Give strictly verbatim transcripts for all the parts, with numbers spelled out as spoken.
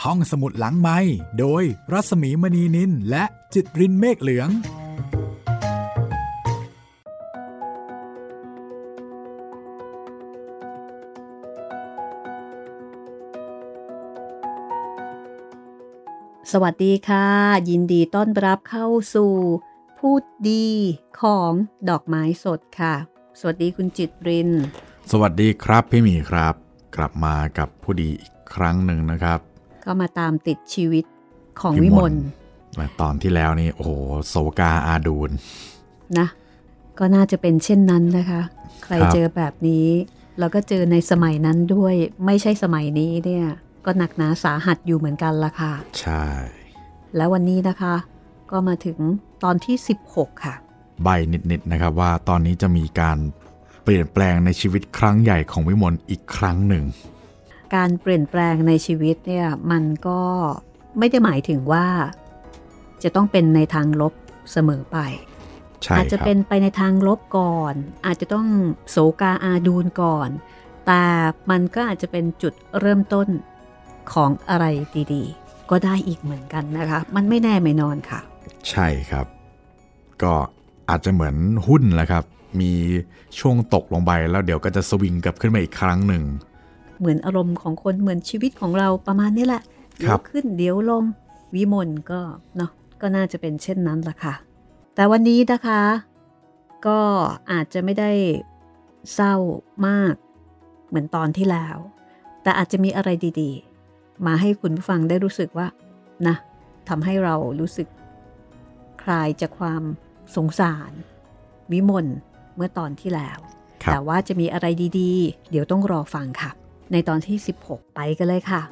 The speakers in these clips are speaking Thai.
ห้องสมุดหลังไมค์โดยรัศมีมณีนินและจิตรินเมฆเหลืองสวัสดีค่ะยินดีต้อนรับเข้าสู่พูดดีของดอกไม้สดค่ะสวัสดีคุณจิตรินสวัสดีครับพี่หมีครับกลับมากับผู้ดีอีกครั้งหนึ่งนะครับก็มาตามติดชีวิตของวิมลตอนที่แล้วนี่โอ้โหโศกาอาดูลนะก็น่าจะเป็นเช่นนั้นนะคะใครเจอแบบนี้แล้วก็เจอในสมัยนั้นด้วยไม่ใช่สมัยนี้เนี่ยก็หนักหนาสาหัสอยู่เหมือนกันล่ะค่ะใช่แล้ววันนี้นะคะก็มาถึงตอนที่สิบหกค่ะใบนิดๆนะครับว่าตอนนี้จะมีการเปลี่ยนแปลงในชีวิตครั้งใหญ่ของวิมลอีกครั้งหนึ่งการเปลี่ยนแปลงในชีวิตเนี่ยมันก็ไม่ได้หมายถึงว่าจะต้องเป็นในทางลบเสมอไปอาจจะเป็นไปในทางลบก่อนอาจจะต้องโศกาอาดูลก่อนแต่มันก็อาจจะเป็นจุดเริ่มต้นของอะไรดีๆก็ได้อีกเหมือนกันนะคะมันไม่แน่ไม่นอนค่ะใช่ครับก็อาจจะเหมือนหุ้นแหละครับมีช่วงตกลงไปแล้วเดี๋ยวก็จะสวิงกลับขึ้นมาอีกครั้งหนึ่งเหมือนอารมณ์ของคนเหมือนชีวิตของเราประมาณนี้แหละเดี๋ยวขึ้นเดี๋ยวลงวิมลก็เนาะก็น่าจะเป็นเช่นนั้นล่ะค่ะแต่วันนี้นะคะก็อาจจะไม่ได้เศร้ามากเหมือนตอนที่แล้วแต่อาจจะมีอะไรดีๆมาให้คุณผู้ฟังได้รู้สึกว่านะทำให้เรารู้สึกคลายจากความสงสารวิมลเมื่อตอนที่แล้วแต่ว่าจะมีอะไรดีๆเดี๋ยวต้องรอฟังค่ะในตอนที่สิบหกไปกันเลยค่ะ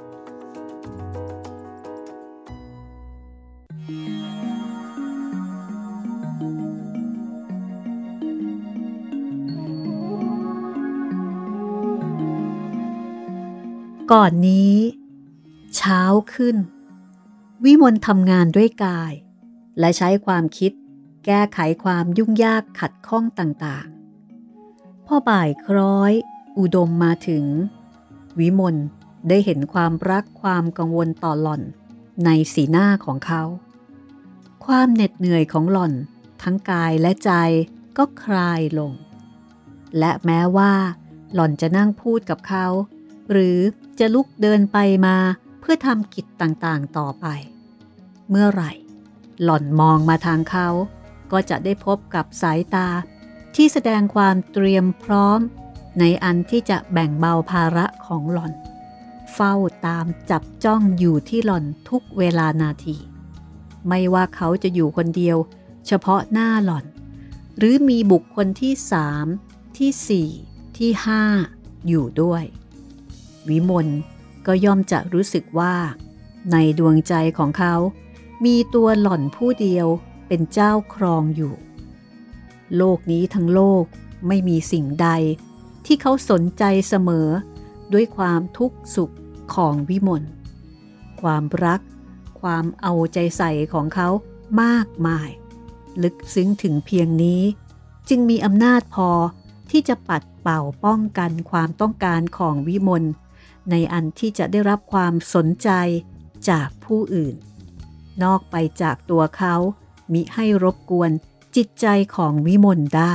ก่อนนี้เช้าขึ้นวิมลทำงานด้วยกายและใช้ความคิดแก้ไขความยุ่งยากขัดข้องต่างๆพอบ่ายคล้อยอุดมมาถึงวิมลได้เห็นความรักความกังวลต่อหล่อนในสีหน้าของเขาความเหน็ดเหนื่อยของหล่อนทั้งกายและใจก็คลายลงและแม้ว่าหล่อนจะนั่งพูดกับเขาหรือจะลุกเดินไปมาเพื่อทำกิจต่างๆต่อไปเมื่อไหร่หล่อนมองมาทางเขาก็จะได้พบกับสายตาที่แสดงความเตรียมพร้อมในอันที่จะแบ่งเบาภาระของหล่อนเฝ้าตามจับจ้องอยู่ที่หล่อนทุกเวลานาทีไม่ว่าเขาจะอยู่คนเดียวเฉพาะหน้าหล่อนหรือมีบุคคลที่สามที่สี่ที่ห้าอยู่ด้วยวิมลก็ย่อมจะรู้สึกว่าในดวงใจของเขามีตัวหล่อนผู้เดียวเป็นเจ้าครองอยู่โลกนี้ทั้งโลกไม่มีสิ่งใดที่เขาสนใจเสมอด้วยความทุกข์สุขของวิมลความรักความเอาใจใส่ของเขามากมายลึกซึ้งถึงเพียงนี้จึงมีอำนาจพอที่จะปัดเป่าป้องกันความต้องการของวิมลในอันที่จะได้รับความสนใจจากผู้อื่นนอกไปจากตัวเขามิให้รบกวนจิตใจของวิมลได้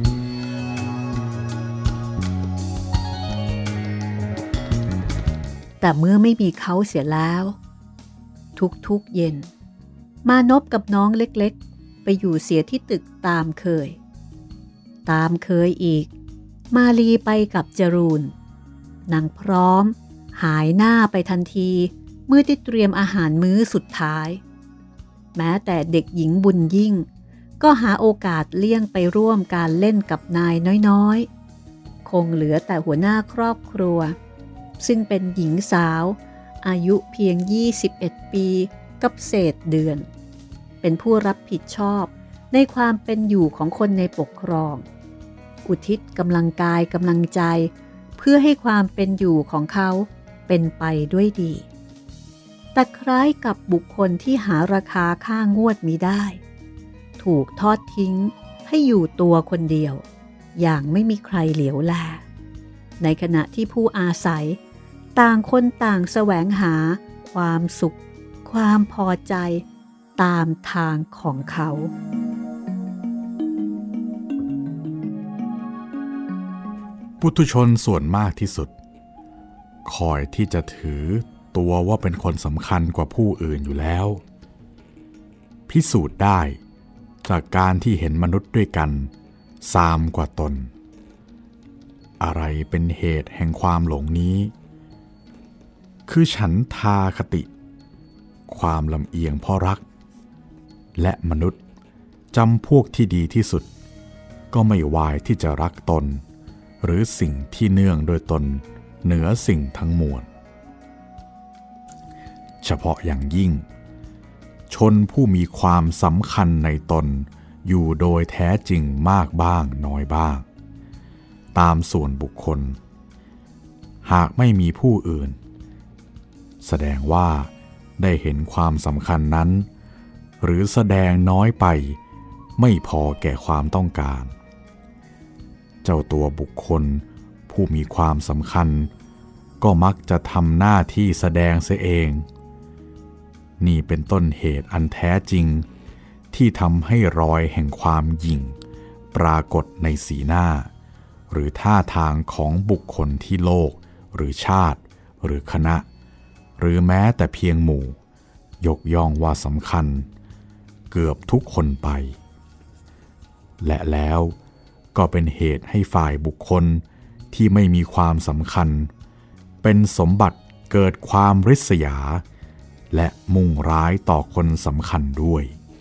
แต่เมื่อไม่มีเขาเสียแล้วทุกๆเย็นมานพกับน้องเล็กๆไปอยู่เสียที่ตึกตามเคยตามเคยอีกมาลีไปกับจรูนนางพร้อมหายหน้าไปทันทีเมื่อได้เตรียมอาหารมื้อสุดท้ายแม้แต่เด็กหญิงบุญยิ่งก็หาโอกาสเลี่ยงไปร่วมการเล่นกับนายน้อยๆคงเหลือแต่หัวหน้าครอบครัวซึ่งเป็นหญิงสาวอายุเพียงยี่สิบเอ็ดปีกับเศษเดือนเป็นผู้รับผิดชอบในความเป็นอยู่ของคนในปกครองอุทิศกำลังกายกำลังใจเพื่อให้ความเป็นอยู่ของเขาเป็นไปด้วยดีแต่คล้ายกับบุคคลที่หาราคาค่างวดมิได้ถูกทอดทิ้งให้อยู่ตัวคนเดียวอย่างไม่มีใครเหลียวแลในขณะที่ผู้อาศัยต่างคนต่างแสวงหาคความสุขความพอใจตามทางของเขาปุถุชนส่วนมากที่สุดคอยที่จะถือตัวว่าเป็นคนสำคัญกว่าผู้อื่นอยู่แล้วพิสูจน์ได้จากการที่เห็นมนุษย์ด้วยกันซามกว่าตนอะไรเป็นเหตุแห่งความหลงนี้คือฉันทาคติความลำเอียงเพราะรักและมนุษย์จำพวกที่ดีที่สุดก็ไม่วายที่จะรักตนหรือสิ่งที่เนื่องโดยตนเหนือสิ่งทั้งมวลเฉพาะอย่างยิ่งชนผู้มีความสำคัญในตนอยู่โดยแท้จริงมากบ้างน้อยบ้างตามส่วนบุคคลหากไม่มีผู้อื่นแสดงว่าได้เห็นความสำคัญนั้นหรือแสดงน้อยไปไม่พอแก่ความต้องการเจ้าตัวบุคคลผู้มีความสำคัญก็มักจะทำหน้าที่แสดงเสียเองนี่เป็นต้นเหตุอันแท้จริงที่ทำให้รอยแห่งความหยิ่งปรากฏในสีหน้าหรือท่าทางของบุคคลที่โลกหรือชาติหรือคณะหรือแม้แต่เพียงหมู่ยกย่องว่าสำคัญเกือบทุกคนไปและแล้วก็เป็นเหตุให้ฝ่ายบุคคลที่ไม่มีความสำคัญเป็นสมบัติเกิดความริษยาและมุ่งร้ายต่อคนสำคัญด้วย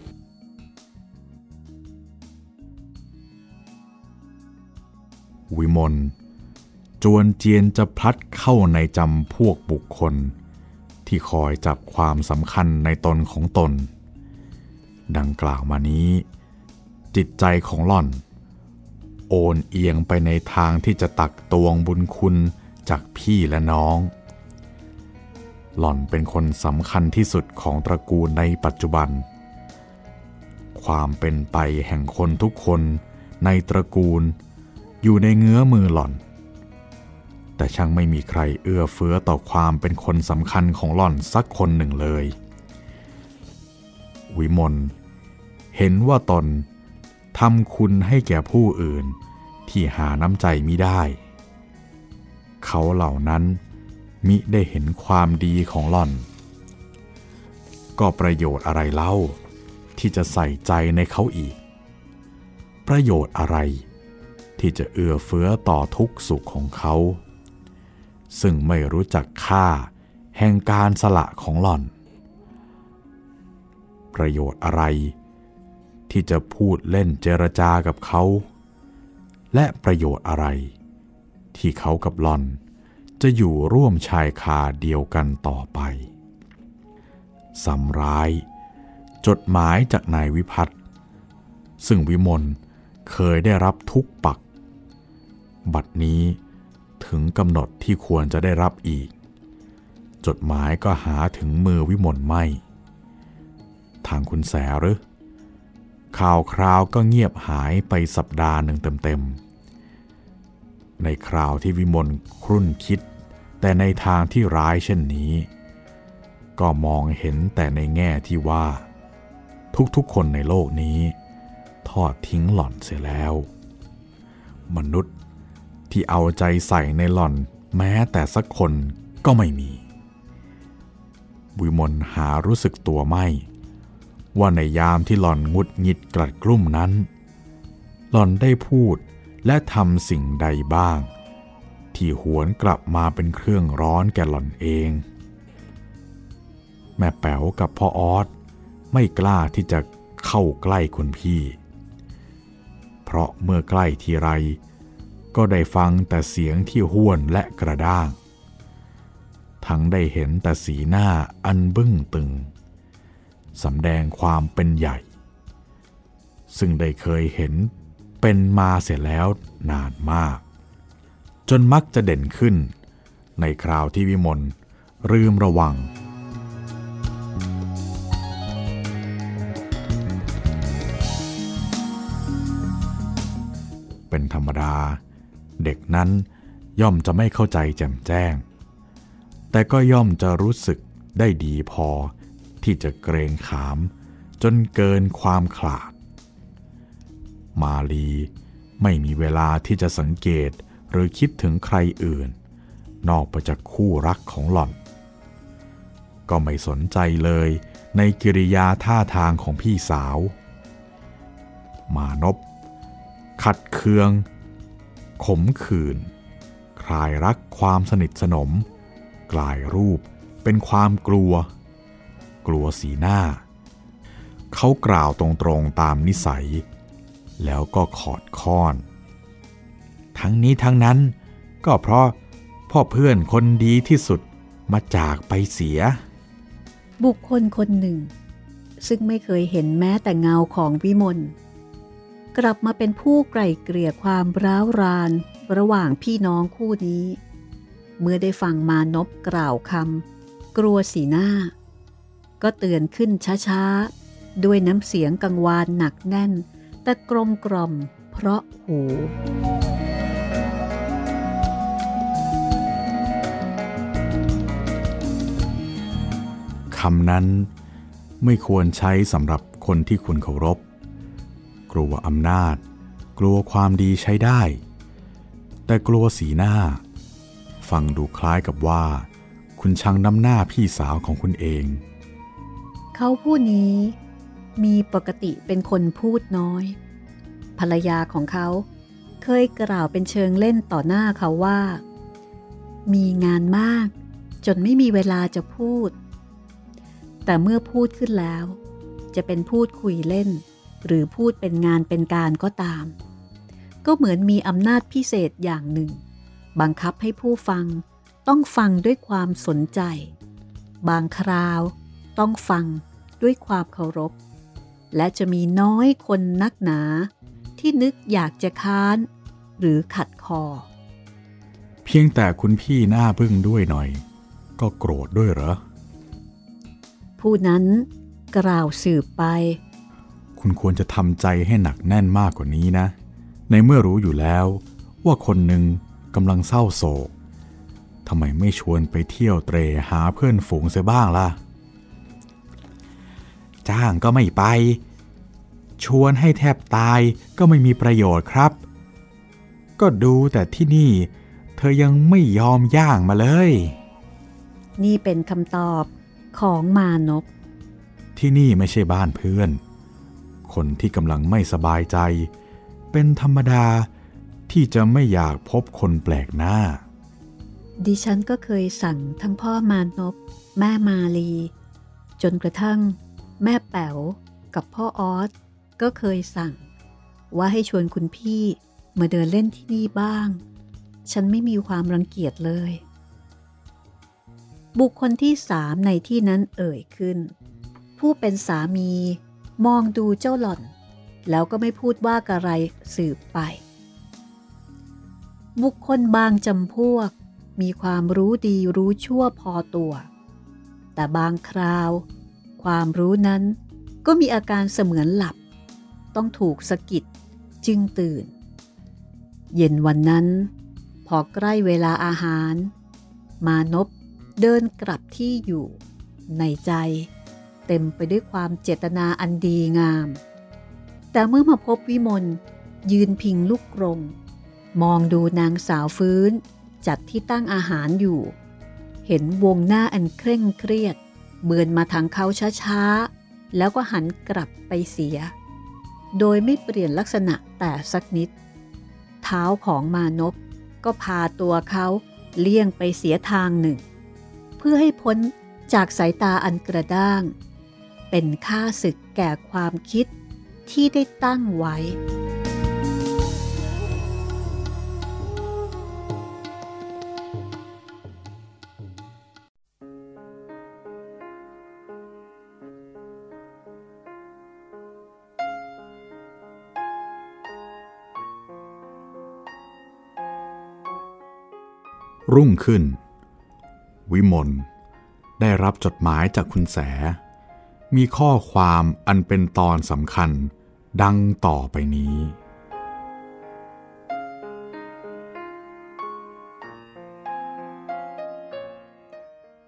วิมลจวนเจียนจะพลัดเข้าในจำพวกบุคคลที่คอยจับความสำคัญในตนของตนดังกล่าวมานี้จิตใจของหล่อนโอนเอียงไปในทางที่จะตักตวงบุญคุณจากพี่และน้องหล่อนเป็นคนสำคัญที่สุดของตระกูลในปัจจุบันความเป็นไปแห่งคนทุกคนในตระกูลอยู่ในเงื้อมือหล่อนแต่ช่างไม่มีใครเอื้อเฟื้อต่อความเป็นคนสำคัญของหล่อนสักคนหนึ่งเลยวิมลเห็นว่าตนทำคุณให้แก่ผู้อื่นที่หาน้ำใจมิได้เขาเหล่านั้นมิได้เห็นความดีของหล่อนก็ประโยชน์อะไรเล่าที่จะใส่ใจในเขาอีกประโยชน์อะไรที่จะเอื้อเฟื้อต่อทุกสุขของเขาซึ่งไม่รู้จักค่าแห่งการสละของหล่อนประโยชน์อะไรที่จะพูดเล่นเจรจากับเขาและประโยชน์อะไรที่เขากับหล่อนจะอยู่ร่วมชายคาเดียวกันต่อไปสำร้ายจดหมายจากนายวิพัฒน์ซึ่งวิมลเคยได้รับทุกปักบัดนี้ถึงกำหนดที่ควรจะได้รับอีกจดหมายก็หาถึงมือวิมลไม่ทางคุณแสหรือข่าวคราวก็เงียบหายไปสัปดาห์หนึ่งเต็มๆในคราวที่วิมลครุ่นคิดแต่ในทางที่ร้ายเช่นนี้ก็มองเห็นแต่ในแง่ที่ว่าทุกๆคนในโลกนี้ทอดทิ้งหล่อนเสียแล้วมนุษย์ที่เอาใจใส่ในหล่อนแม้แต่สักคนก็ไม่มีวิมลหารู้สึกตัวไม่ว่าในยามที่หล่อนงุดหงิดกลัดกลุ้มนั้นหล่อนได้พูดและทำสิ่งใดบ้างที่หวนกลับมาเป็นเครื่องร้อนแก่หล่อนเองแม่แป๋วกับพ่อออสไม่กล้าที่จะเข้าใกล้คุณพี่เพราะเมื่อใกล้ทีไรก็ได้ฟังแต่เสียงที่ห้วนและกระด้างทั้งได้เห็นแต่สีหน้าอันบึ้งตึงสำแดงความเป็นใหญ่ซึ่งได้เคยเห็นเป็นมาเสียแล้วนานมากจนมักจะเด่นขึ้นในคราวที่วิมลลืมระวังเป็นธรรมดาเด็กนั้นย่อมจะไม่เข้าใจแจ่มแจ้งแต่ก็ย่อมจะรู้สึกได้ดีพอที่จะเกรงขามจนเกินความขลาดมาลีไม่มีเวลาที่จะสังเกตหรือคิดถึงใครอื่นนอกไปจากคู่รักของหล่อนก็ไม่สนใจเลยในกิริยาท่าทางของพี่สาวมานพขัดเคืองขมขื่นคลายรักความสนิทสนมกลายรูปเป็นความกลัวกลัวสีหน้าเขากล่าวตรงๆตามนิสัยแล้วก็ขอดค้อนทั้งนี้ทั้งนั้นก็เพราะพ่อเพื่อนคนดีที่สุดมาจากไปเสียบุคคลคนหนึ่งซึ่งไม่เคยเห็นแม้แต่เงาของวิมลกลับมาเป็นผู้ไกล่เกลี่ยความร้าวรานระหว่างพี่น้องคู่นี้เมื่อได้ฟังมานพกล่าวคำกลัวสีหน้าก็เตือนขึ้นช้าๆด้วยน้ำเสียงกังวานหนักแน่นแต่กลมกล่อมเพราะหูคำนั้นไม่ควรใช้สำหรับคนที่คุณเคารพกลัวอำนาจกลัวความดีใช้ได้แต่กลัวสีหน้าฟังดูคล้ายกับว่าคุณชังน้ำหน้าพี่สาวของคุณเองเขาผู้นี้มีปกติเป็นคนพูดน้อยภรรยาของเขาเคยกล่าวเป็นเชิงเล่นต่อหน้าเขาว่ามีงานมากจนไม่มีเวลาจะพูดแต่เมื่อพูดขึ้นแล้วจะเป็นพูดคุยเล่นหรือพูดเป็นงานเป็นการก็ตามก็เหมือนมีอำนาจพิเศษอย่างหนึ่งบังคับให้ผู้ฟังต้องฟังด้วยความสนใจบางคราวต้องฟังด้วยความเคารพและจะมีน้อยคนนักหนาที่นึกอยากจะค้านหรือขัดคอเพียงแต่คุณพี่หน้าบึ้งด้วยหน่อยก็โกรธด้วยเหรอผู้นั้นกล่าวสืบไปคุณควรจะทำใจให้หนักแน่นมากกว่านี้นะในเมื่อรู้อยู่แล้วว่าคนหนึ่งกำลังเศร้าโศกทำไมไม่ชวนไปเที่ยวเตร่หาเพื่อนฝูงเสียบ้างล่ะจ้างก็ไม่ไปชวนให้แทบตายก็ไม่มีประโยชน์ครับก็ดูแต่ที่นี่เธอยังไม่ยอมย่างมาเลยนี่เป็นคำตอบของมานพที่นี่ไม่ใช่บ้านเพื่อนคนที่กำลังไม่สบายใจเป็นธรรมดาที่จะไม่อยากพบคนแปลกหน้าดิฉันก็เคยสั่งทั้งพ่อมานพแม่มาลีจนกระทั่งแม่แป๋วกับพ่อออสก็เคยสั่งว่าให้ชวนคุณพี่มาเดินเล่นที่นี่บ้างฉันไม่มีความรังเกียจเลยบุคคลที่สามในที่นั้นเอ่ยขึ้นผู้เป็นสามีมองดูเจ้าหล่อนแล้วก็ไม่พูดว่าอะไรสืบไปบุคคลบางจำพวกมีความรู้ดีรู้ชั่วพอตัวแต่บางคราวความรู้นั้นก็มีอาการเสมือนหลับต้องถูกสะกิดจึงตื่นเย็นวันนั้นพอใกล้เวลาอาหารมานพเดินกลับที่อยู่ในใจเต็มไปด้วยความเจตนาอันดีงามแต่เมื่อมาพบวิมลยืนพิงลูกกรงมองดูนางสาวฟื้นจัดที่ตั้งอาหารอยู่เห็นวงหน้าอันเคร่งเครียดเบือนมาทางเขาช้าๆแล้วก็หันกลับไปเสียโดยไม่เปลี่ยนลักษณะแต่สักนิดเท้าของมานพก็พาตัวเขาเลี่ยงไปเสียทางหนึ่งเพื่อให้พ้นจากสายตาอันกระด้างเป็นค่าศึกแก่ความคิดที่ได้ตั้งไว้รุ่งขึ้นวิมลได้รับจดหมายจากคุณแสมีข้อความอันเป็นตอนสำคัญดังต่อไปนี้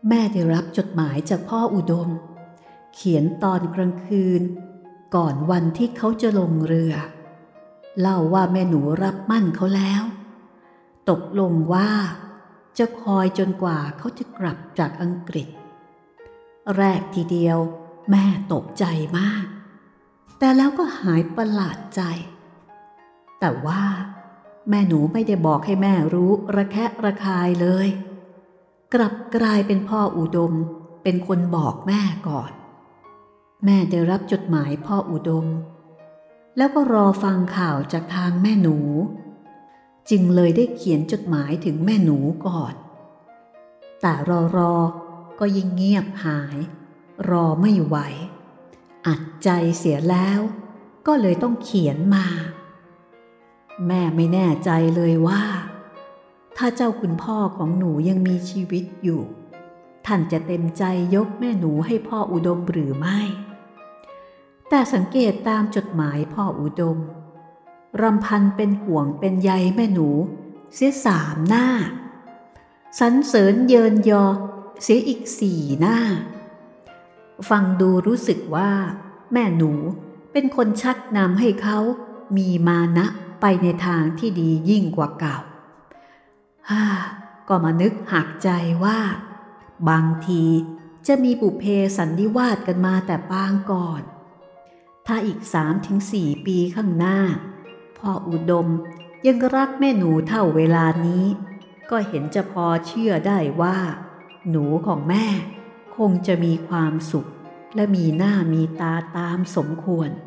แม่ได้รับจดหมายจากพ่ออุดมเขียนตอนกลางคืนก่อนวันที่เขาจะลงเรือเล่าว่าแม่หนูรับมั่นเขาแล้วตกลงว่าจะคอยจนกว่าเขาจะกลับจากอังกฤษแรกทีเดียวแม่ตกใจมากแต่แล้วก็หายประหลาดใจแต่ว่าแม่หนูไม่ได้บอกให้แม่รู้ระแคะระคายเลยกลับกลายเป็นพ่ออุดมเป็นคนบอกแม่ก่อนแม่ได้รับจดหมายพ่ออุดมแล้วก็รอฟังข่าวจากทางแม่หนูจึงเลยได้เขียนจดหมายถึงแม่หนูก่อนแต่รอรอก็ยิ่งเงียบหายรอไม่ไหวอัดใจเสียแล้วก็เลยต้องเขียนมาแม่ไม่แน่ใจเลยว่าถ้าเจ้าคุณพ่อของหนูยังมีชีวิตอยู่ท่านจะเต็มใจยกแม่หนูให้พ่ออุดมหรือไม่แต่สังเกตตามจดหมายพ่ออุดมรำพันเป็นห่วงเป็นใยแม่หนูเสียสามหน้าสรรเสริญเยินยอเสียอีกสี่หน้าฟังดูรู้สึกว่าแม่หนูเป็นคนชักนำให้เขามีมานะไปในทางที่ดียิ่งกว่าเก่าฮ่าก็มานึกหักใจว่าบางทีจะมีบุพเพสันนิวาสกันมาแต่ปางก่อนถ้าอีก สามถึงสี่ ปีข้างหน้าพ่ออุดมยังรักแม่หนูเท่าเวลานี้ก็เห็นจะพอเชื่อได้ว่าหนูของแม่คงจะมีความสุขและมีหน้ามีตาตามสมควร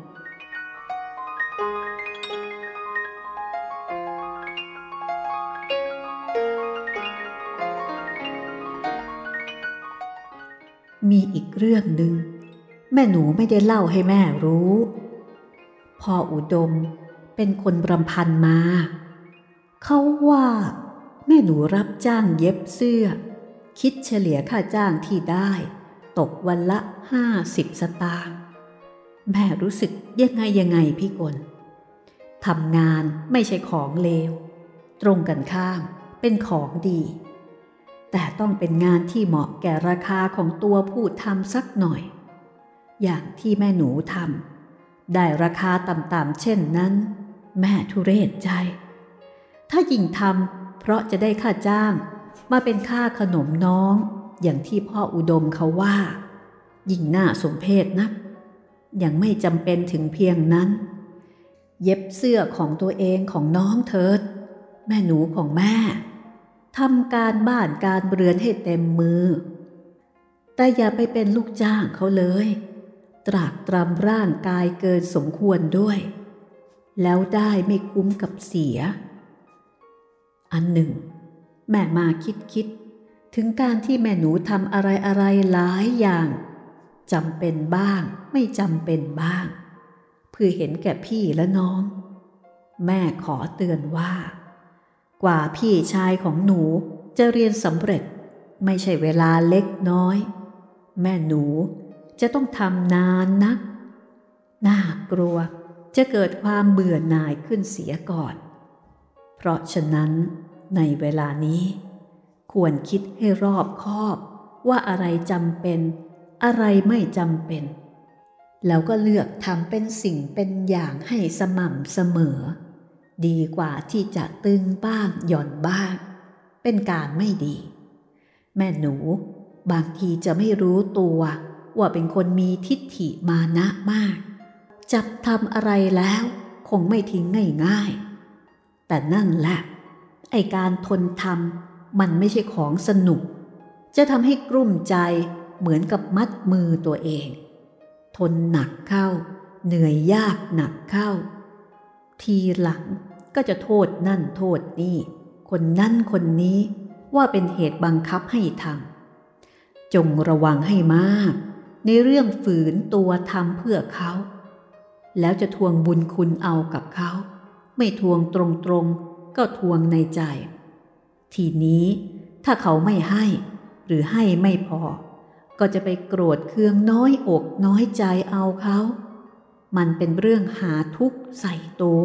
มีอีกเรื่องหนึ่งแม่หนูไม่ได้เล่าให้แม่รู้พ่ออุดมเป็นคนรำพันมาเขาว่าแม่หนูรับจ้างเย็บเสื้อคิดเฉลี่ยค่าจ้างที่ได้ตกวันละห้าสิบสตางค์แม่รู้สึกยังไงยังไงพี่กลทำงานไม่ใช่ของเลวตรงกันข้ามเป็นของดีแต่ต้องเป็นงานที่เหมาะแก่ราคาของตัวผู้ทำสักหน่อยอย่างที่แม่หนูทำได้ราคาต่ำๆเช่นนั้นแม่ทุเรศใจถ้ายิ่งทำเพราะจะได้ค่าจ้างมาเป็นค่าขนมน้องอย่างที่พ่ออุดมเขาว่ายิ่งน่าสมเพชนักยังไม่จำเป็นถึงเพียงนั้นเย็บเสื้อของตัวเองของน้องเถิดแม่หนูของแม่ทำการบ้านการเรือนให้เต็มมือแต่อย่าไปเป็นลูกจ้างเขาเลยตรากตรำร่างกายเกินสมควรด้วยแล้วได้ไม่คุ้มกับเสียอันหนึ่งแม่มาคิดคิดถึงการที่แม่หนูทำอะไรอะไรหลายอย่างจำเป็นบ้างไม่จำเป็นบ้างเพื่อเห็นแก่พี่และน้องแม่ขอเตือนว่ากว่าพี่ชายของหนูจะเรียนสำเร็จไม่ใช่เวลาเล็กน้อยแม่หนูจะต้องทำนานนักน่ากลัวจะเกิดความเบื่อหน่ายขึ้นเสียก่อนเพราะฉะนั้นในเวลานี้ควรคิดให้รอบคอบว่าอะไรจำเป็นอะไรไม่จำเป็นแล้วก็เลือกทำเป็นสิ่งเป็นอย่างให้สม่ำเสมอดีกว่าที่จะตึงบ้างหย่อนบ้างเป็นการไม่ดีแม่หนูบางทีจะไม่รู้ตัวว่าเป็นคนมีทิฏฐิมานะมากจับทำอะไรแล้วคงไม่ทิ้งง่ายๆแต่นั่นแหละไอ้การทนทำมันไม่ใช่ของสนุกจะทำให้กลุ้มใจเหมือนกับมัดมือตัวเองทนหนักเข้าเหนื่อยยากหนักเข้าทีหลังก็จะโทษนั่นโทษนี่คนนั่นคนนี้ว่าเป็นเหตุบังคับให้ทำจงระวังให้มากในเรื่องฝืนตัวทำเพื่อเขาแล้วจะทวงบุญคุณเอากับเขาไม่ทวงตรงๆก็ทวงในใจทีนี้ถ้าเขาไม่ให้หรือให้ไม่พอก็จะไปโกรธเคืองน้อยอกน้อยใจเอาเขามันเป็นเรื่องหาทุกข์ใส่ตัว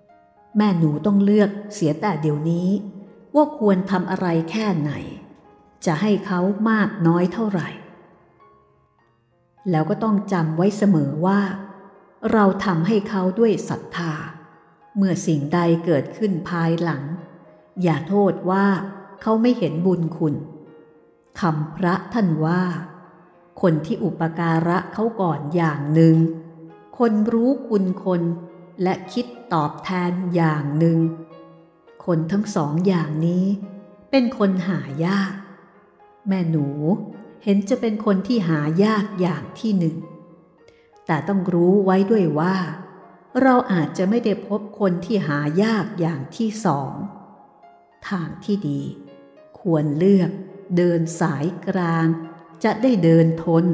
แม่หนูต้องเลือกเสียแต่เดี๋ยวนี้ว่าควรทำอะไรแค่ไหนจะให้เขามากน้อยเท่าไหร่แล้วก็ต้องจำไว้เสมอว่าเราทำให้เขาด้วยศรัทธาเมื่อสิ่งใดเกิดขึ้นภายหลังอย่าโทษว่าเขาไม่เห็นบุญคุณคำพระท่านว่าคนที่อุปการะเขาก่อนอย่างหนึ่งคนรู้คุณคนและคิดตอบแทนอย่างหนึ่งคนทั้งสองอย่างนี้เป็นคนหายากแม่หนูเห็นจะเป็นคนที่หายากอย่างที่หนึ่งแต่ต้องรู้ไว้ด้วยว่าเราอาจจะไม่ได้พบคนที่หายากอย่างที่สองทางที่ดีควรเลือกเดินสายกลางจะได้เดินทน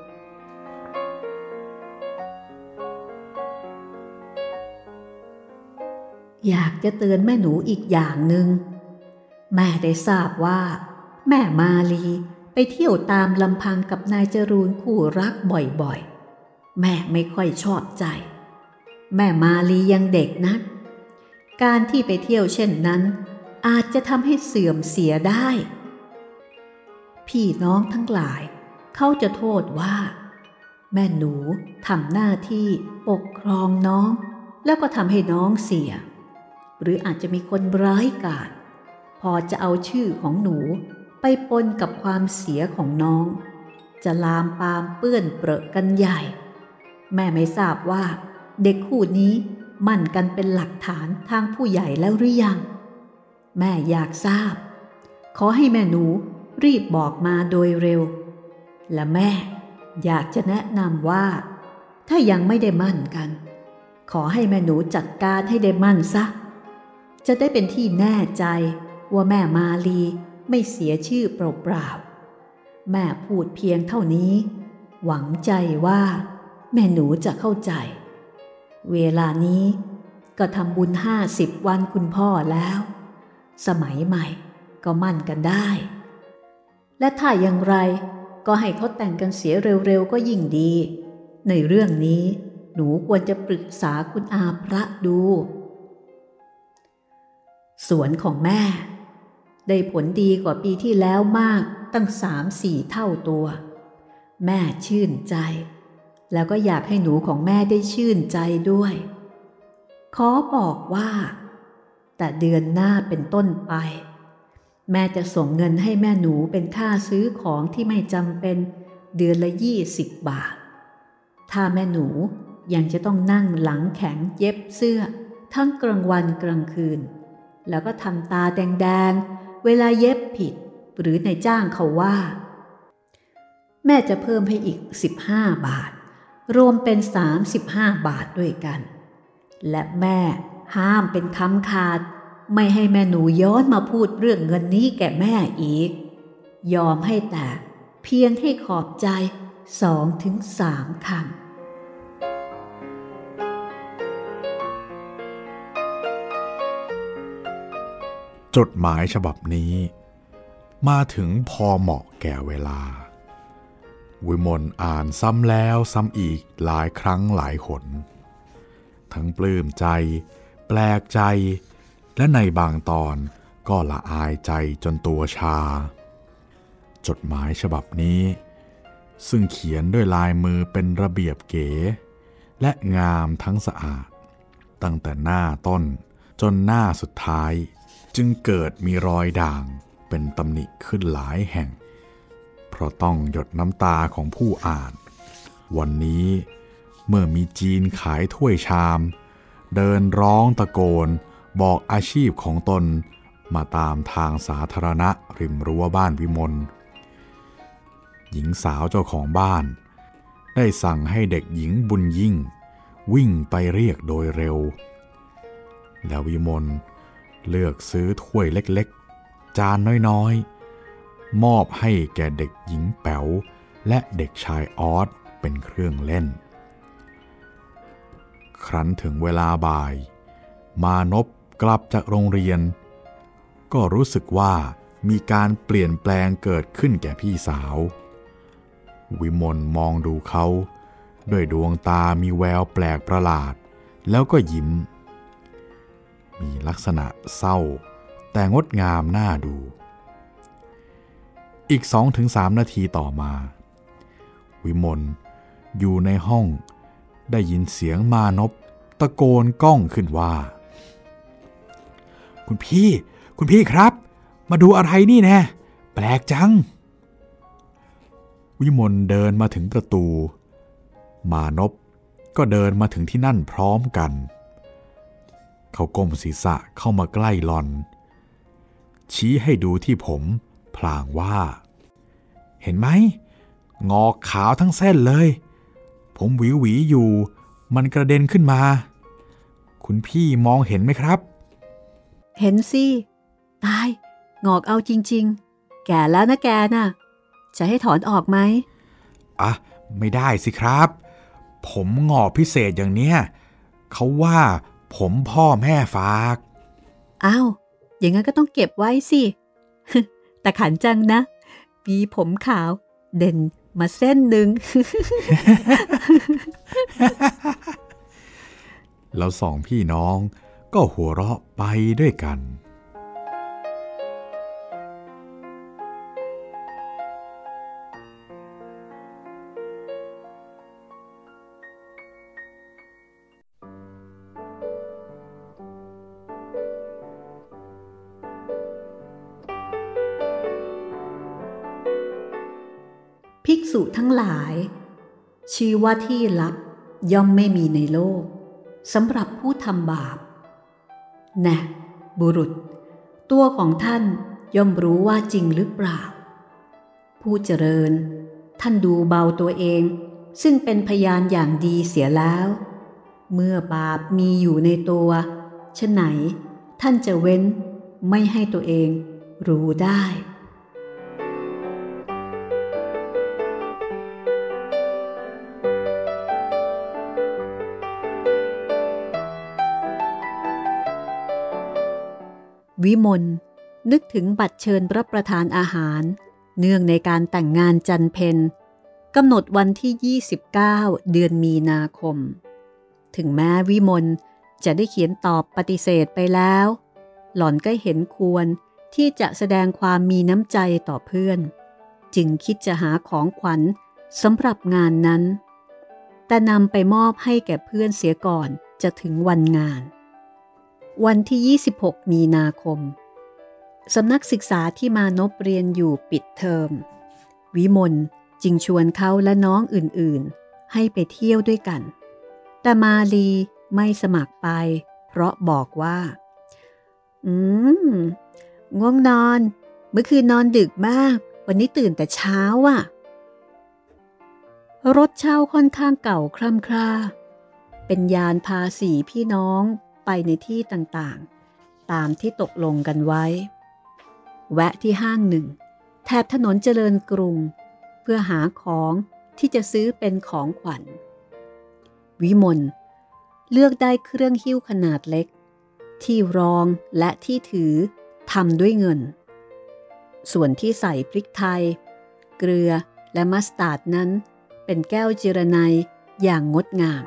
อยากจะเตือนแม่หนูอีกอย่างหนึ่งแม่ได้ทราบว่าแม่มาลีไปเที่ยวตามลำพังกับนายจรูนคู่รักบ่อยๆแม่ไม่ค่อยชอบใจแม่มาลียังเด็กนักการที่ไปเที่ยวเช่นนั้นอาจจะทำให้เสื่อมเสียได้พี่น้องทั้งหลายเขาจะโทษว่าแม่หนูทำหน้าที่ปกครองน้องแล้วก็ทำให้น้องเสียหรืออาจจะมีคนร้ายกาจพอจะเอาชื่อของหนูไปปนกับความเสียของน้องจะลามปามเปื้อนเปรอะกันใหญ่แม่ไม่ทราบว่าเด็กคู่นี้มั่นกันเป็นหลักฐานทางผู้ใหญ่แล้วหรือยังแม่อยากทราบขอให้แม่หนูรีบบอกมาโดยเร็วและแม่อยากจะแนะนำว่าถ้ายังไม่ได้มั่นกันขอให้แม่หนูจัดการให้ได้มั่นซะจะได้เป็นที่แน่ใจว่าแม่มาลีไม่เสียชื่อเปล่าๆแม่พูดเพียงเท่านี้หวังใจว่าแม่หนูจะเข้าใจเวลานี้ก็ทำบุญห้าสิบวันคุณพ่อแล้วสมัยใหม่ก็มั่นกันได้และถ้าอย่างไรก็ให้เขาแต่งกันเสียเร็วๆก็ยิ่งดีในเรื่องนี้หนูควรจะปรึกษาคุณอาพระดูสวนของแม่ได้ผลดีกว่าปีที่แล้วมากตั้งสามสี่เท่าตัวแม่ชื่นใจแล้วก็อยากให้หนูของแม่ได้ชื่นใจด้วยขอบอกว่าแต่เดือนหน้าเป็นต้นไปแม่จะส่งเงินให้แม่หนูเป็นค่าซื้อของที่ไม่จำเป็นเดือนละยี่สิบบาทถ้าแม่หนูยังจะต้องนั่งหลังแข็งเย็บเสื้อทั้งกลางวันกลางคืนแล้วก็ทำตาแดงๆเวลาเย็บผิดหรือนายจ้างเขาว่าแม่จะเพิ่มให้อีกสิบห้าบาทรวมเป็นสามสิบห้าบาทด้วยกันและแม่ห้ามเป็นคำขาดไม่ให้แม่หนูย้อนมาพูดเรื่องเงินนี้แก่แม่อีกยอมให้แต่เพียงให้ขอบใจสองถึงสามคำจดหมายฉบับนี้มาถึงพอเหมาะแก่เวลาวิมลอ่านซ้ำแล้วซ้ำอีกหลายครั้งหลายหนทั้งปลื้มใจแปลกใจและในบางตอนก็ละอายใจจนตัวชาจดหมายฉบับนี้ซึ่งเขียนด้วยลายมือเป็นระเบียบเก๋และงามทั้งสะอาดตั้งแต่หน้าต้นจนหน้าสุดท้ายจึงเกิดมีรอยด่างเป็นตำหนิขึ้นหลายแห่งเพราะต้องหยดน้ำตาของผู้อ่านวันนี้เมื่อมีจีนขายถ้วยชามเดินร้องตะโกนบอกอาชีพของตนมาตามทางสาธารณะริมรั้วบ้านวิมลหญิงสาวเจ้าของบ้านได้สั่งให้เด็กหญิงบุญยิ่งวิ่งไปเรียกโดยเร็วแล้ววิมลเลือกซื้อถ้วยเล็กๆจานน้อยๆมอบให้แก่เด็กหญิงแป๋วและเด็กชายออสเป็นเครื่องเล่นครั้นถึงเวลาบ่ายมานพกลับจากโรงเรียนก็รู้สึกว่ามีการเปลี่ยนแปลงเกิดขึ้นแก่พี่สาววิมลมองดูเขาด้วยดวงตามีแววแปลกประหลาดแล้วก็ยิ้มมีลักษณะเศร้าแต่งดงามน่าดูอีก สองถึงสาม นาทีต่อมาวิมลอยู่ในห้องได้ยินเสียงมานพตะโกนก้องขึ้นว่าคุณพี่คุณพี่ครับมาดูอะไรนี่แน่แปลกจังวิมลเดินมาถึงประตูมานพก็เดินมาถึงที่นั่นพร้อมกันเขาก้มศีรษะเข้ามาใกล้หล่อนชี้ให้ดูที่ผมพลางว่าเห็นไหมงอกขาวทั้งเส้นเลยผมหวีหวีอยู่มันกระเด็นขึ้นมาคุณพี่มองเห็นไหมครับเห็นสิตายงอกเอาจริงๆแก่แล้วนะแกน่ะจะให้ถอนออกไหมอ่ะไม่ได้สิครับผมงอกพิเศษอย่างเนี้ยเขาว่าผมพ่อแม่ฝากอ้าวอย่างนั้นก็ต้องเก็บไว้สิ แต่ขันจังนะมีผมขาวเด่นมาเส้นหนึ่งแล้วสองพี่น้องก็หัวเราะไปด้วยกันภิกษุทั้งหลายชื่อว่าที่ลับย่อมไม่มีในโลกสำหรับผู้ทำบาปแน่บุรุษตัวของท่านย่อมรู้ว่าจริงหรือเปล่าผู้เจริญท่านดูเบาตัวเองซึ่งเป็นพยานอย่างดีเสียแล้วเมื่อบาปมีอยู่ในตัวฉะไหนท่านจะเว้นไม่ให้ตัวเองรู้ได้วิมลนึกถึงบัตรเชิญรับประทานอาหารเนื่องในการแต่งงานจันเพ็ญกำหนดวันที่ยี่สิบเก้าเดือนมีนาคมถึงแม้วิมลจะได้เขียนตอบปฏิเสธไปแล้วหล่อนก็เห็นควรที่จะแสดงความมีน้ำใจต่อเพื่อนจึงคิดจะหาของขวัญสำหรับงานนั้นแต่นำไปมอบให้แก่เพื่อนเสียก่อนจะถึงวันงานวันที่ยี่สิบหกมีนาคมสำนักศึกษาที่มานพเรียนอยู่ปิดเทอมวิมลจึงชวนเขาและน้องอื่นๆให้ไปเที่ยวด้วยกันแต่มาลีไม่สมัครไปเพราะบอกว่าอืมง่วงนอนเมื่อคืนนอนดึกมากวันนี้ตื่นแต่เช้าอ่ะรถเช่าค่อนข้างเก่าคร่ำคร่าเป็นยานพาสี่พี่น้องไปในที่ต่างๆตามที่ตกลงกันไว้แวะที่ห้างหนึ่งแถบถนนเจริญกรุงเพื่อหาของที่จะซื้อเป็นของขวัญวิมลเลือกได้เครื่องหิ้วขนาดเล็กที่รองและที่ถือทำด้วยเงินส่วนที่ใส่พริกไทยเกลือและมัสตาร์ดนั้นเป็นแก้วเจรไนอย่างงดงาม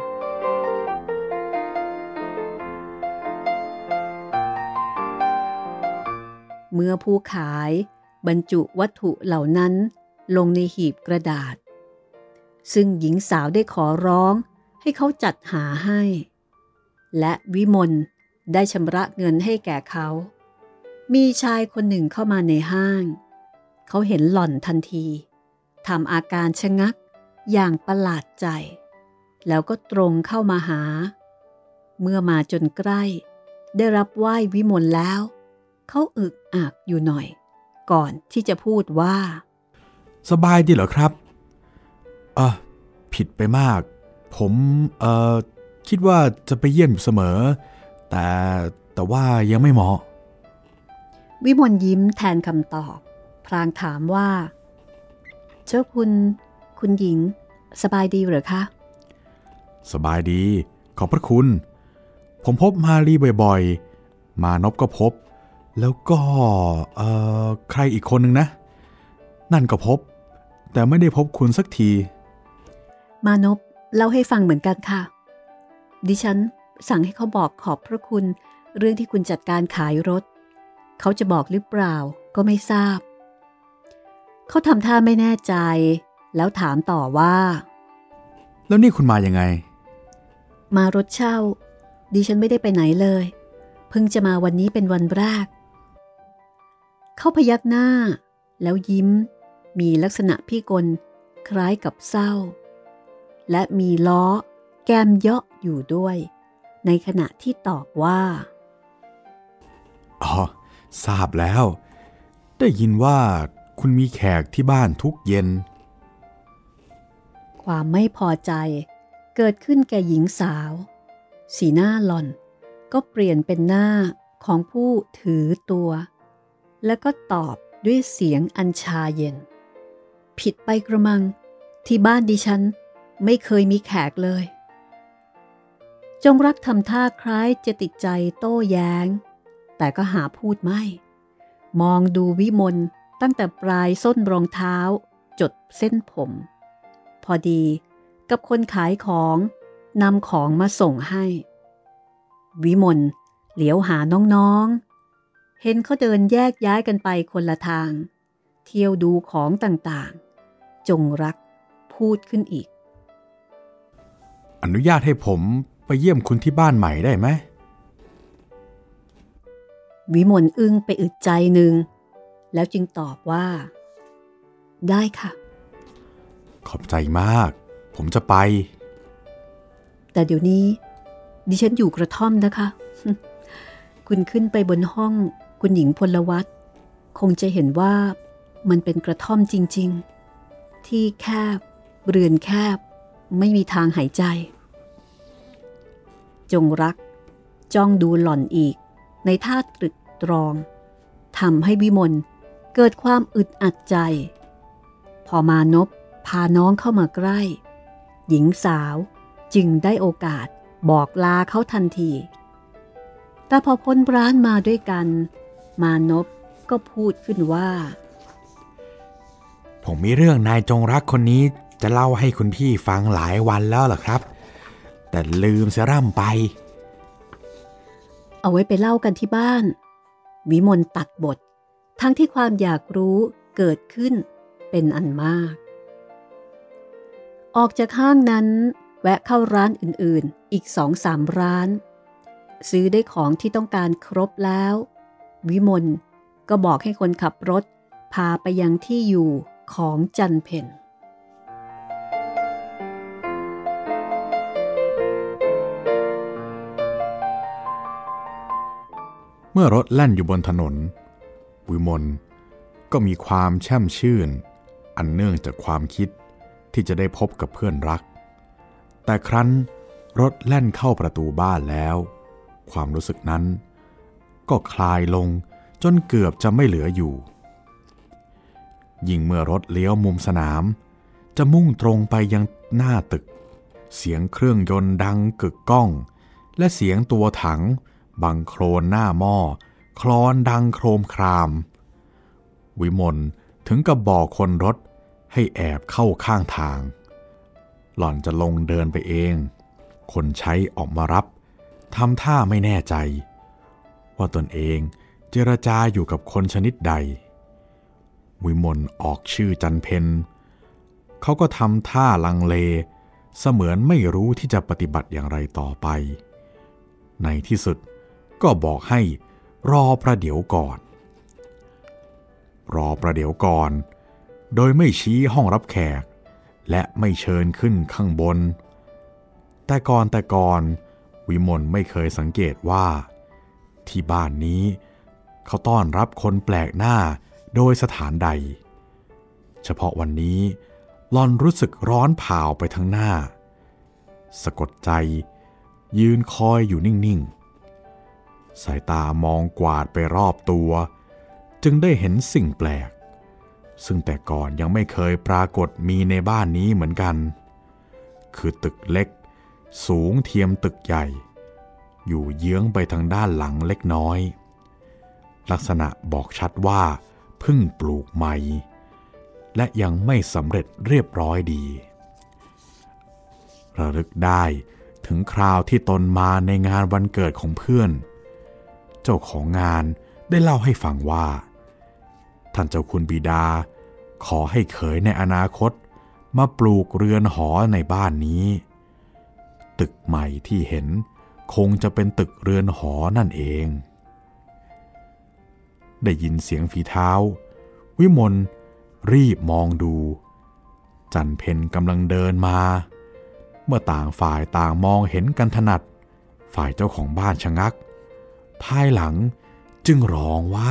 เมื่อผู้ขายบรรจุวัตถุเหล่านั้นลงในหีบกระดาษซึ่งหญิงสาวได้ขอร้องให้เขาจัดหาให้และวิมลได้ชำระเงินให้แก่เขามีชายคนหนึ่งเข้ามาในห้างเขาเห็นหล่อนทันทีทำอาการชะงักอย่างประหลาดใจแล้วก็ตรงเข้ามาหาเมื่อมาจนใกล้ได้รับไหว้วิมลแล้วเขาอึกอักอยู่หน่อยก่อนที่จะพูดว่าสบายดีเหรอครับเออผิดไปมากผมเอ่อคิดว่าจะไปเยี่ยมอยู่เสมอแต่แต่ว่ายังไม่เหมาะวิมลยิ้มแทนคำตอบพลางถามว่าเจ้าคุณคุณหญิงสบายดีหรือคะสบายดีขอบพระคุณผมพบมาลีบ่อยๆมานพก็พบแล้วก็เอ่อใครอีกคนนึงนะนั่นก็พบแต่ไม่ได้พบคุณสักทีมานพเล่าให้ฟังเหมือนกันค่ะดิฉันสั่งให้เขาบอกขอบพระคุณเรื่องที่คุณจัดการขายรถเขาจะบอกหรือเปล่าก็ไม่ทราบเขาเขาทำท่าไม่แน่ใจแล้วถามต่อว่าแล้วนี่คุณมายังไงมารถเช่าดิฉันไม่ได้ไปไหนเลยเพิ่งจะมาวันนี้เป็นวันแรกเขาพยักหน้าแล้วยิ้มมีลักษณะพิกลคล้ายกับเศร้าและมีล้อแก้มเยาะอยู่ด้วยในขณะที่ตอบว่าอ๋อทราบแล้วได้ยินว่าคุณมีแขกที่บ้านทุกเย็นความไม่พอใจเกิดขึ้นแก่หญิงสาวสีหน้าหล่อนก็เปลี่ยนเป็นหน้าของผู้ถือตัวแล้วก็ตอบด้วยเสียงอันชาเย็นผิดไปกระมังที่บ้านดิฉันไม่เคยมีแขกเลยจงรักทำท่าคล้ายจะติดใจโต้แย้งแต่ก็หาพูดไม่มองดูวิมลตั้งแต่ปลายส้นรองเท้าจดเส้นผมพอดีกับคนขายของนำของมาส่งให้วิมลเหลียวหาน้องๆเห็นเขาเดินแยกย้ายกันไปคนละทางเที่ยวดูของต่างๆจงรักพูดขึ้นอีกอนุญาตให้ผมไปเยี่ยมคุณที่บ้านใหม่ได้ไหมวิมลอึ้งไปอึดใจหนึ่งแล้วจึงตอบว่าได้ค่ะขอบใจมากผมจะไปแต่เดี๋ยวนี้ดิฉันอยู่กระท่อมนะคะ คุณขึ้นไปบนห้องคุณหญิงพลวัตคงจะเห็นว่ามันเป็นกระท่อมจริงๆที่แคบเรือนแคบไม่มีทางหายใจจงรักจ้องดูหล่อนอีกในท่าตรึกตรองทำให้วิมลเกิดความอึดอัดใจพอมานพพาน้องเข้ามาใกล้หญิงสาวจึงได้โอกาสบอกลาเขาทันทีแต่พอพ้นร้านมาด้วยกันมานพก็พูดขึ้นว่าผมมีเรื่องนายจงรักคนนี้จะเล่าให้คุณพี่ฟังหลายวันแล้วล่ะครับแต่ลืมเสียร่ำไปเอาไว้ไปเล่ากันที่บ้านวิมลตัดบททั้งที่ความอยากรู้เกิดขึ้นเป็นอันมากออกจากห้างนั้นแวะเข้าร้านอื่นๆอีกสองสามร้านซื้อได้ของที่ต้องการครบแล้ววิมลก็บอกให้คนขับรถพาไปยังที่อยู่ของจันเพ็ญเมื่อรถแล่นอยู่บนถนนวิมลก็มีความแช่มชื่นอันเนื่องจากความคิดที่จะได้พบกับเพื่อนรักแต่ครั้นรถแล่นเข้าประตูบ้านแล้วความรู้สึกนั้นก็คลายลงจนเกือบจะไม่เหลืออยู่ยิ่งเมื่อรถเลี้ยวมุมสนามจะมุ่งตรงไปยังหน้าตึกเสียงเครื่องยนต์ดังกึกก้องและเสียงตัวถังบังโคลนหน้าหม้อคลอนดังโครมครามวิมลถึงกับบอกคนรถให้แอบเข้าข้างทางหล่อนจะลงเดินไปเองคนใช้ออกมารับทำท่าไม่แน่ใจว่าตนเองเจรจาอยู่กับคนชนิดใดวิมลออกชื่อจันเพ็ญเขาก็ทำท่าลังเลเสมือนไม่รู้ที่จะปฏิบัติอย่างไรต่อไปในที่สุดก็บอกให้รอประเดี๋ยวก่อนรอประเดี๋ยวก่อนโดยไม่ชี้ห้องรับแขกและไม่เชิญขึ้นข้างบนแต่ก่อนแต่ก่อนวิมลไม่เคยสังเกตว่าที่บ้านนี้เขาต้อนรับคนแปลกหน้าโดยสถานใดเฉพาะวันนี้หล่อนรู้สึกร้อนเผาไปทั้งหน้าสะกดใจยืนคอยอยู่นิ่งๆสายตามองกวาดไปรอบตัวจึงได้เห็นสิ่งแปลกซึ่งแต่ก่อนยังไม่เคยปรากฏมีในบ้านนี้เหมือนกันคือตึกเล็กสูงเทียมตึกใหญ่อยู่เยื้องไปทางด้านหลังเล็กน้อยลักษณะบอกชัดว่าเพิ่งปลูกใหม่และยังไม่สำเร็จเรียบร้อยดีระลึกได้ถึงคราวที่ตนมาในงานวันเกิดของเพื่อนเจ้าของงานได้เล่าให้ฟังว่าท่านเจ้าคุณบิดาขอให้เขยในอนาคตมาปลูกเรือนหอในบ้านนี้ตึกใหม่ที่เห็นคงจะเป็นตึกเรือนหอนั่นเองได้ยินเสียงฝีเท้าวิมลรีบมองดูจันเพ็ญกำลังเดินมาเมื่อต่างฝ่ายต่างมองเห็นกันถนัดฝ่ายเจ้าของบ้านชะงักภายหลังจึงร้องว่า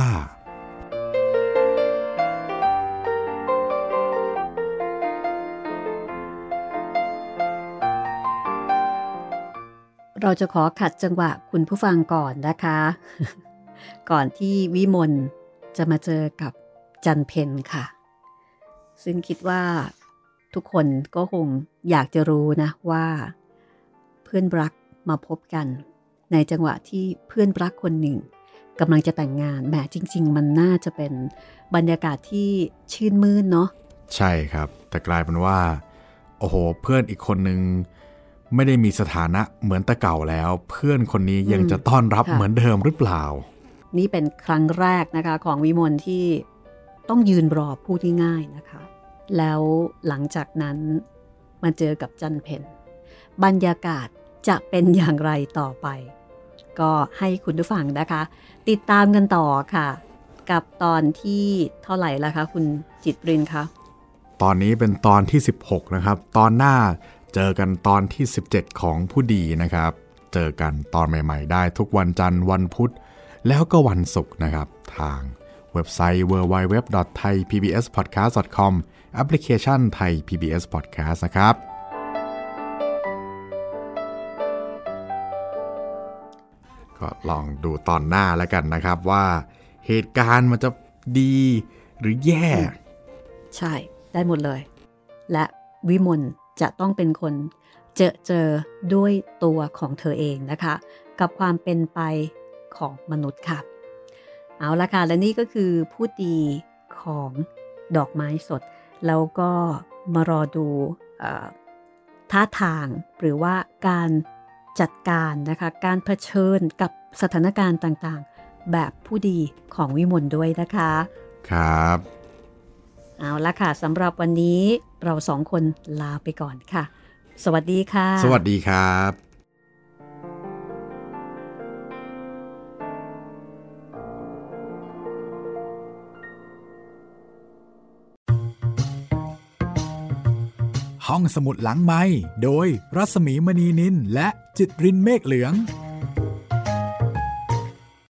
เราจะขอขัดจังหวะคุณผู้ฟังก่อนนะคะ ก่อนที่วิมลจะมาเจอกับจันเพ็ญค่ะซึ่งคิดว่าทุกคนก็คงอยากจะรู้นะว่าเพื่อนรักมาพบกันในจังหวะที่เพื่อนรักคนหนึ่งกำลังจะแต่งงานแหมจริงๆมันน่าจะเป็นบรรยากาศที่ชื่นมื่นเนาะใช่ครับแต่กลายเป็นว่าโอ้โหเพื่อนอีกคนนึงไม่ได้มีสถานะเหมือนแต่เก่าแล้วเพื่อนคนนี้ยังจะต้อนรับเหมือนเดิมหรือเปล่านี่เป็นครั้งแรกนะคะของวิมลที่ต้องยืนรอพูดง่ายๆนะคะแล้วหลังจากนั้นมาเจอกับจันเพ็ญบรรยากาศจะเป็นอย่างไรต่อไปก็ให้คุณผู้ฟังนะคะติดตามกันต่อค่ะกับตอนที่เท่าไหร่ละคะคุณจิตรินคะตอนนี้เป็นตอนที่สิบหกนะครับตอนหน้าเจอกันตอนที่สิบเจ็ดของผู้ดีนะครับเจอกันตอนใหม่ๆได้ทุกวันจันทร์วันพุธแล้วก็วันศุกร์นะครับทางเว็บไซต์ ดับเบิลยู ดับเบิลยู ดับเบิลยู ดอท ไทย พี บี เอส พอดแคสต์ ดอท คอม แอปพลิเคชัน Thai พี บี เอส Podcast นะครับก็ลองดูตอนหน้าแล้วกันนะครับว่าเหตุการณ์มันจะดีหรือแย่ใช่ได้หมดเลยและวิมลจะต้องเป็นคนเจอเจอด้วยตัวของเธอเองนะคะกับความเป็นไปของมนุษย์ค่ะเอาละค่ะและนี่ก็คือผู้ดีของดอกไม้สดแล้วก็มารอดูท่าทางหรือว่าการจัดการนะคะการเผชิญกับสถานการณ์ต่างๆแบบผู้ดีของวิมลด้วยนะคะครับเอาละค่ะสำหรับวันนี้เราสองคนลาไปก่อนค่ะสวัสดีค่ะสวัสดีครับห้องสมุดหลังไมค์โดยรัศมีมณีนินและจิตรินเมฆเหลือง